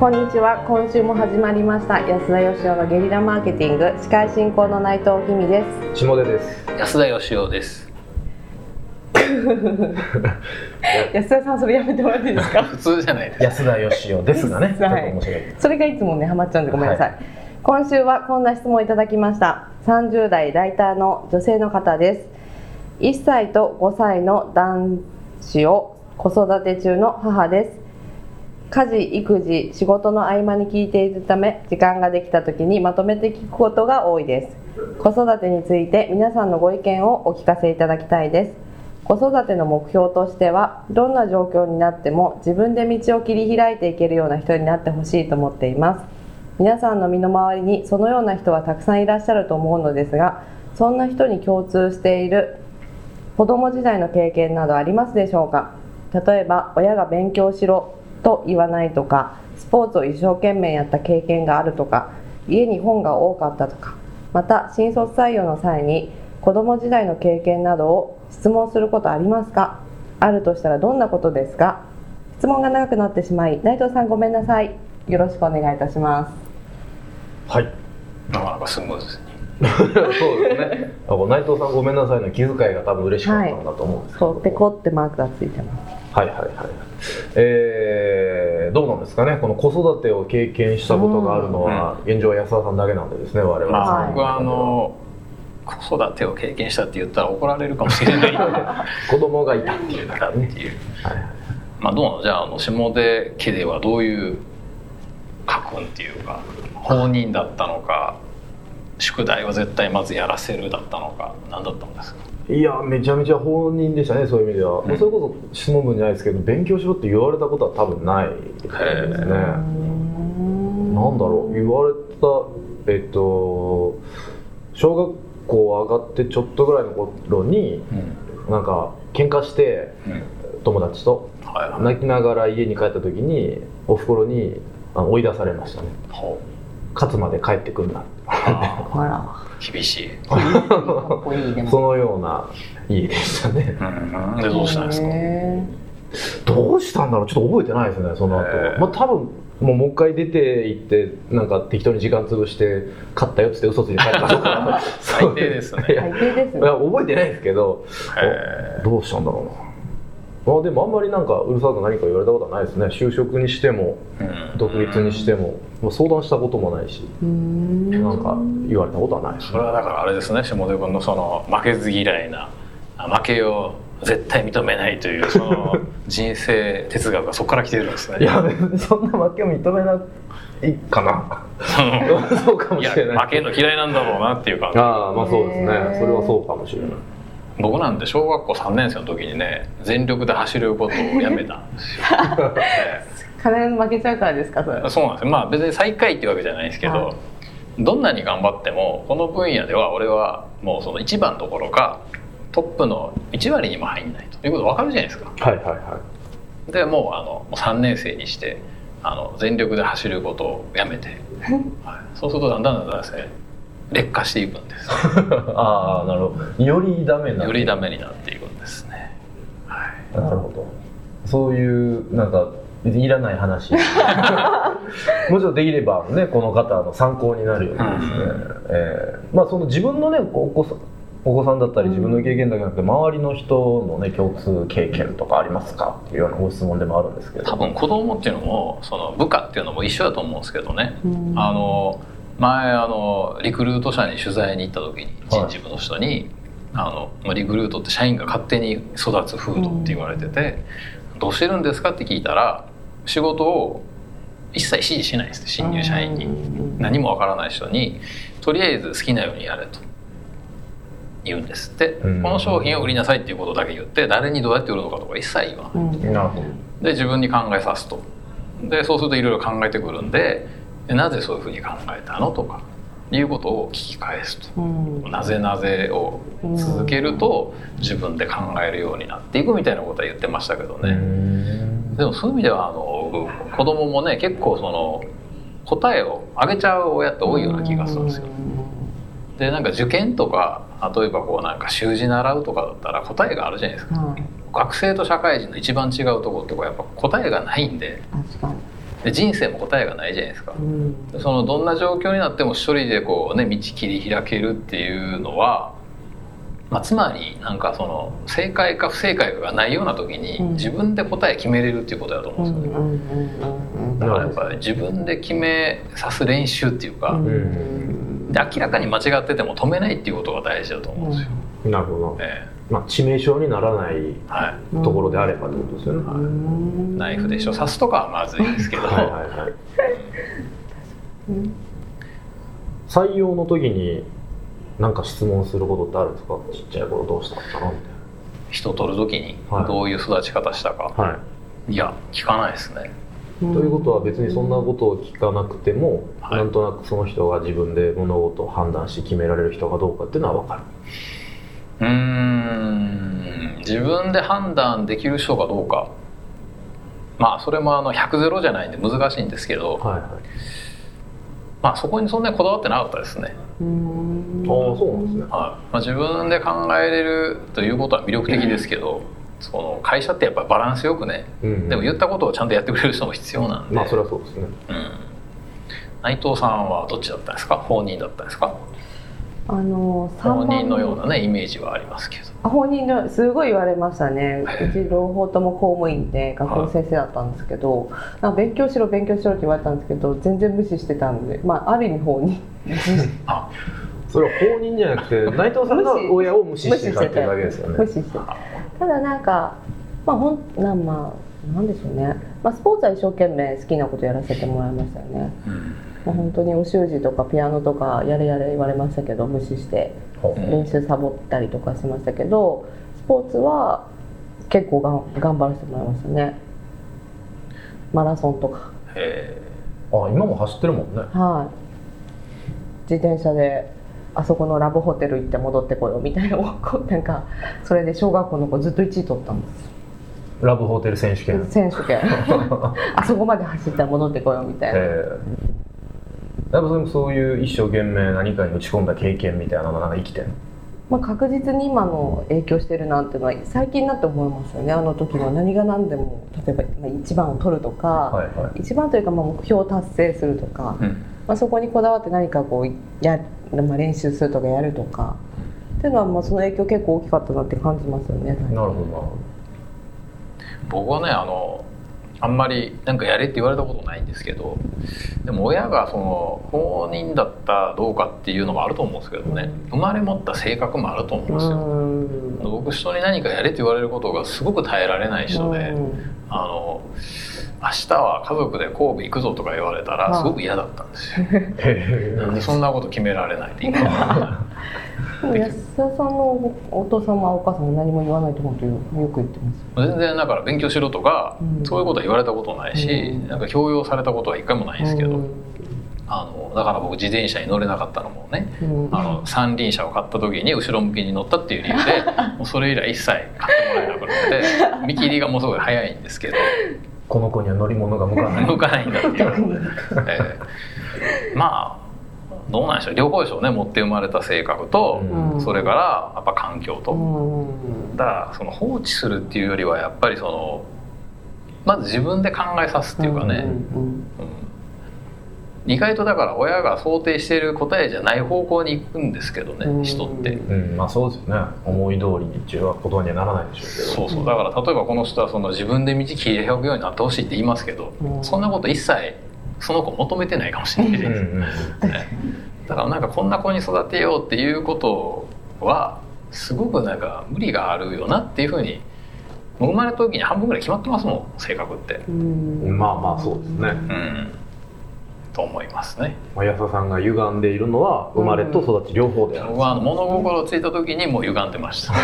こんにちは。今週も始まりました安田義雄のゲリラマーケティング、司会進行の内藤君です。 下出です。 安田義雄です。 安田さん、それやめてもらっていいですか？ 普通じゃないです。 安田義雄ですがね、 はい、 面白い。 それがいつもねハマっちゃうんでごめんなさい、 はい、 今週はこんな質問をいただきました。30代ライターの女性の方です。1歳と5歳の男子を子育て中の母です。家事、育児、仕事の合間に聞いているため、時間ができた時にまとめて聞くことが多いです。子育てについて皆さんのご意見をお聞かせいただきたいです。子育ての目標としては、どんな状況になっても自分で道を切り開いていけるような人になってほしいと思っています。皆さんの身の回りにそのような人はたくさんいらっしゃると思うのですが、そんな人に共通している子供時代の経験などありますでしょうか？例えば、親が勉強しろと言わないとか、スポーツを一生懸命やった経験があるとか、家に本が多かったとか、また新卒採用の際に子供時代の経験などを質問することありますか？あるとしたらどんなことですか？質問が長くなってしまい、内藤さんごめんなさい。よろしくお願いいたします。 はい。 なかなかスムーズにそうですね。内藤さんごめんなさいの気遣いが多分嬉しかったんだと思うんですけど、 そう、ペコってマークがついてます。 はいはいはい。どうなんですかね、この子育てを経験したことがあるのは、現状は安田さんだけなんでですね、我々は。 僕は子育てを経験したって言ったら怒られるかもしれない子供がいたっていうだっていう、どうなの？じゃあ下出家ではどういう家訓っていうか、放任だったのか、宿題は絶対まずやらせるだったのか、何だったんですか？ いや、めちゃめちゃ放任でしたね、そういう意味では。それこそ質問文じゃないですけど、勉強しろって言われたことは多分ないですね。なんだろう、言われた、小学校上がってちょっとぐらいの頃に、なんか喧嘩して、友達と泣きながら家に帰った時におふくろに追い出されましたね。勝つまで帰ってくんなって厳しいかっこいい。でもそのような家でしたね。 でどうしたんですか？ どうしたんだろう、ちょっと覚えてないですね、その後。多分もう一回出て行ってなんか適当に時間潰して勝ったよっつって嘘ついて帰ったとか最低ですね。 最低ですね。 覚えてないですけど、どうしたんだろうな。でもあんまりなんかうるさく何か言われたことはないですね。就職にしても独立にしても相談したこともないし、なんか言われたことはないですね。 それはだからあれですね、下出君のその負けず嫌いな、負けを絶対認めないというその人生哲学がそこから来てるんですね。 いや、そんな負けを認めないかなそうかもしれない。 いや、負けるの嫌いなんだろうなっていう感じ。 そうですね、それはそうかもしれない。 僕なんて小学校3年生の時にね、全力で走ることをやめたんですよ必ず負けちゃうからですか？それ。 そうなんですよ。別に最下位っていうわけじゃないですけど、どんなに頑張ってもこの分野では俺はもうその一番どころかトップの1割にも入んないということ分かるじゃないですか。でもう3年生にして全力で走ることをやめて、そうするとだんだんですね、劣化していくんですなるほど。よりダメになっていくんですね。 なるほど。そういうなんかいらない話もちろんできればね、この方の参考になるようにですね、その自分のねお子さんだったり自分の経験だけじゃなくて、周りの人のね共通経験とかありますかっていうようなご質問でもあるんですけど、 多分子供っていうのもその部下っていうのも一緒だと思うんですけどね、前リクルート社に取材に行った時に人事部の人に、リクルートって社員が勝手に育つ風土って言われてて、どうしてるんですかって聞いたら、仕事を一切指示しないです。新入社員に何もわからない人にとりあえず好きなようにやれと言うんですって。この商品を売りなさいっていうことだけ言って、誰にどうやって売るのかとか一切言わない。 なるほど。 で自分に考えさすと。でそうするといろいろ考えてくるんで、なぜそういうふうに考えたのとかいうことを聞き返すと、なぜを続けると自分で考えるようになっていくみたいなことは言ってましたけどね。でもそういう意味では子供もね、結構その答えをあげちゃう親って多いような気がするんですよ。でなんか受験とか、例えばなんか習字習うとかだったら答えがあるじゃないですか、学生と社会人の一番違うところってやっぱ答えがないんで、 で人生も答えがないじゃないですか、 うん、 そのどんな状況になっても一人でこうね道切り開けるっていうのは、まあ、つまりなんかその正解か不正解かがないような時に自分で答え決めれるっていうことだと思うんですよね。だからやっぱり自分で決めさす練習っていうか、で明らかに間違ってても止めないっていうことが大事だと思うんですよ。 なるほど、まあ、致命傷にならないところであればってことですよね、はい、 ナイフで刺すとかはまずいですけどはいはい、はい、 採用の時に何か質問することってあるんですか？ちっちゃい頃どうしたかなみたいな。 人取る時にどういう育ち方したか、はい、いや聞かないですね。 ということは別にそんなことを聞かなくても、はい、なんとなくその人が自分で物事を判断して決められる人かどうかっていうのは分かる。 自分で判断できる人かどうか、まあそれも100ゼロじゃないんで難しいんですけど、はいはい、まあそこにそんなにこだわってなかったですね。 ああそうなんですね、はい、 まあ、自分で考えれるということは魅力的ですけど、その会社ってやっぱりバランスよくね、でも言ったことをちゃんとやってくれる人も必要なんで、 まあそれはそうですね、 内藤さんはどっちだったんですか？放任だったんですか？放任のようなねイメージはありますけど。 放任のすごい言われましたね。うち両方とも公務員で学校の先生だったんですけど、なんか勉強しろ勉強しろって言われたんですけど全然無視してたんで、まあある意味放任あ、それは放任じゃなくて内藤さんが親を無視してたっていうだけですよね。 無視してた。ただなんかまあなんでしょうね、まあ、スポーツは一生懸命好きなことやらせてもらいましたよね、まあ、本当にお習字とかピアノとかやれやれ言われましたけど無視して練習サボったりとかしましたけど、スポーツは結構頑張らせてもらいましたね。マラソンとか。 今も走ってるもんね。 はい、自転車であそこのラブホテル行って戻ってこようみたいななんかそれで小学校の子ずっと1位取ったんです。 ラブホテル選手権あそこまで走ったら戻ってこようみたいな、やっぱそういう一生懸命何かに打ち込んだ経験みたいなのがなんか生きてる、 まあ、確実に今の影響してるなっていうのは最近になって思いますよね。あの時は何が何でも例えば一番を取るとか、はいはい、一番というかまあ目標を達成するとか、まあ、そこにこだわって何かこう練習するとかやるとかっていうのはまあその影響結構大きかったなって感じますよね。 なるほど。 僕はねあんまりなんかやれって言われたことないんですけど、でも親がその放任だったどうかっていうのもあると思うんですけどね、生まれ持った性格もあると思うんですよ。僕人に何かやれって言われることがすごく耐えられない人で、明日は家族で神戸行くぞとか言われたらすごく嫌だったんですよ。そんなこと決められないで今安田さんのお父様お母さんも何も言わないと思うとよく言ってます。 全然だから勉強しろとか、そういうことは言われたことないし、なんか強要されたことは一回もないんですけど、だから僕自転車に乗れなかったのもね、三輪車を買った時に後ろ向きに乗ったっていう理由でもうそれ以来一切買ってもらえなくなって見切りがもうすごい早いんですけどこの子には乗り物が向かないんだっていうまあどうなんでしょう、両方でしょうね。持って生まれた性格と、それからやっぱ環境と、だからその放置するっていうよりはやっぱりそのまず自分で考えさすっていうかね、意外とだから親が想定している答えじゃない方向に行くんですけどね、人って、 まあそうですよね。思い通りにっていう言葉にはならないでしょうけど、 そうだから例えばこの人はその自分で道切り開くようになってほしいって言いますけど、そんなこと一切その子求めてないかもしれないです、だからなんかこんな子に育てようっていうことはすごくなんか無理があるよなっていうふうに生まれた時に半分ぐらい決まってますもん、性格って。 まあまあそうですね、 と思いますね。 安田さんが歪んでいるのは生まれと育ち両方である。 僕は物心ついた時にもう歪んでました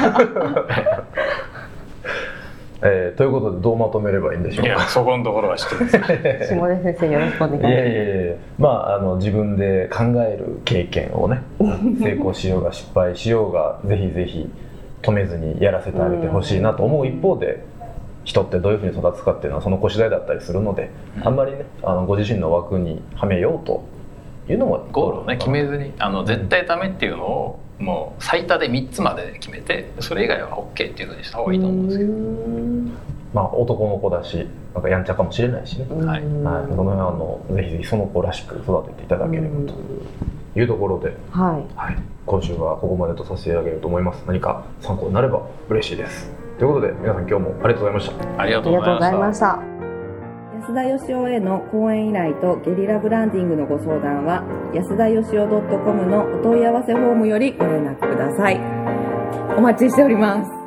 ということでどうまとめればいいんでしょうか。 いやそこのところは知ってます下出先生よろしくお願いします。 まあ自分で考える経験をね成功しようが失敗しようがぜひぜひ止めずにやらせてあげてほしいなと思う一方で、人ってどういうふうに育つかっていうのはその子次第だったりするので、あんまりねご自身の枠にはめようというのもゴールをね決めずに絶対ダメっていうのをもう最多で3つまで決めてそれ以外は OK っていうふうにした方がいいと思うんですけど、 まあ、男の子だしなんかやんちゃかもしれないしね、 はい、 はい、その辺ぜひぜひその子らしく育てていただければというところで、 はいはい、今週はここまでとさせていただければと思います。何か参考になれば嬉しいです。ということで皆さん今日もありがとうございました。 ありがとうございました。 安田義雄への講演依頼とゲリラブランディングのご相談は安田義雄 .com のお問い合わせフォームよりご連絡ください。お待ちしております。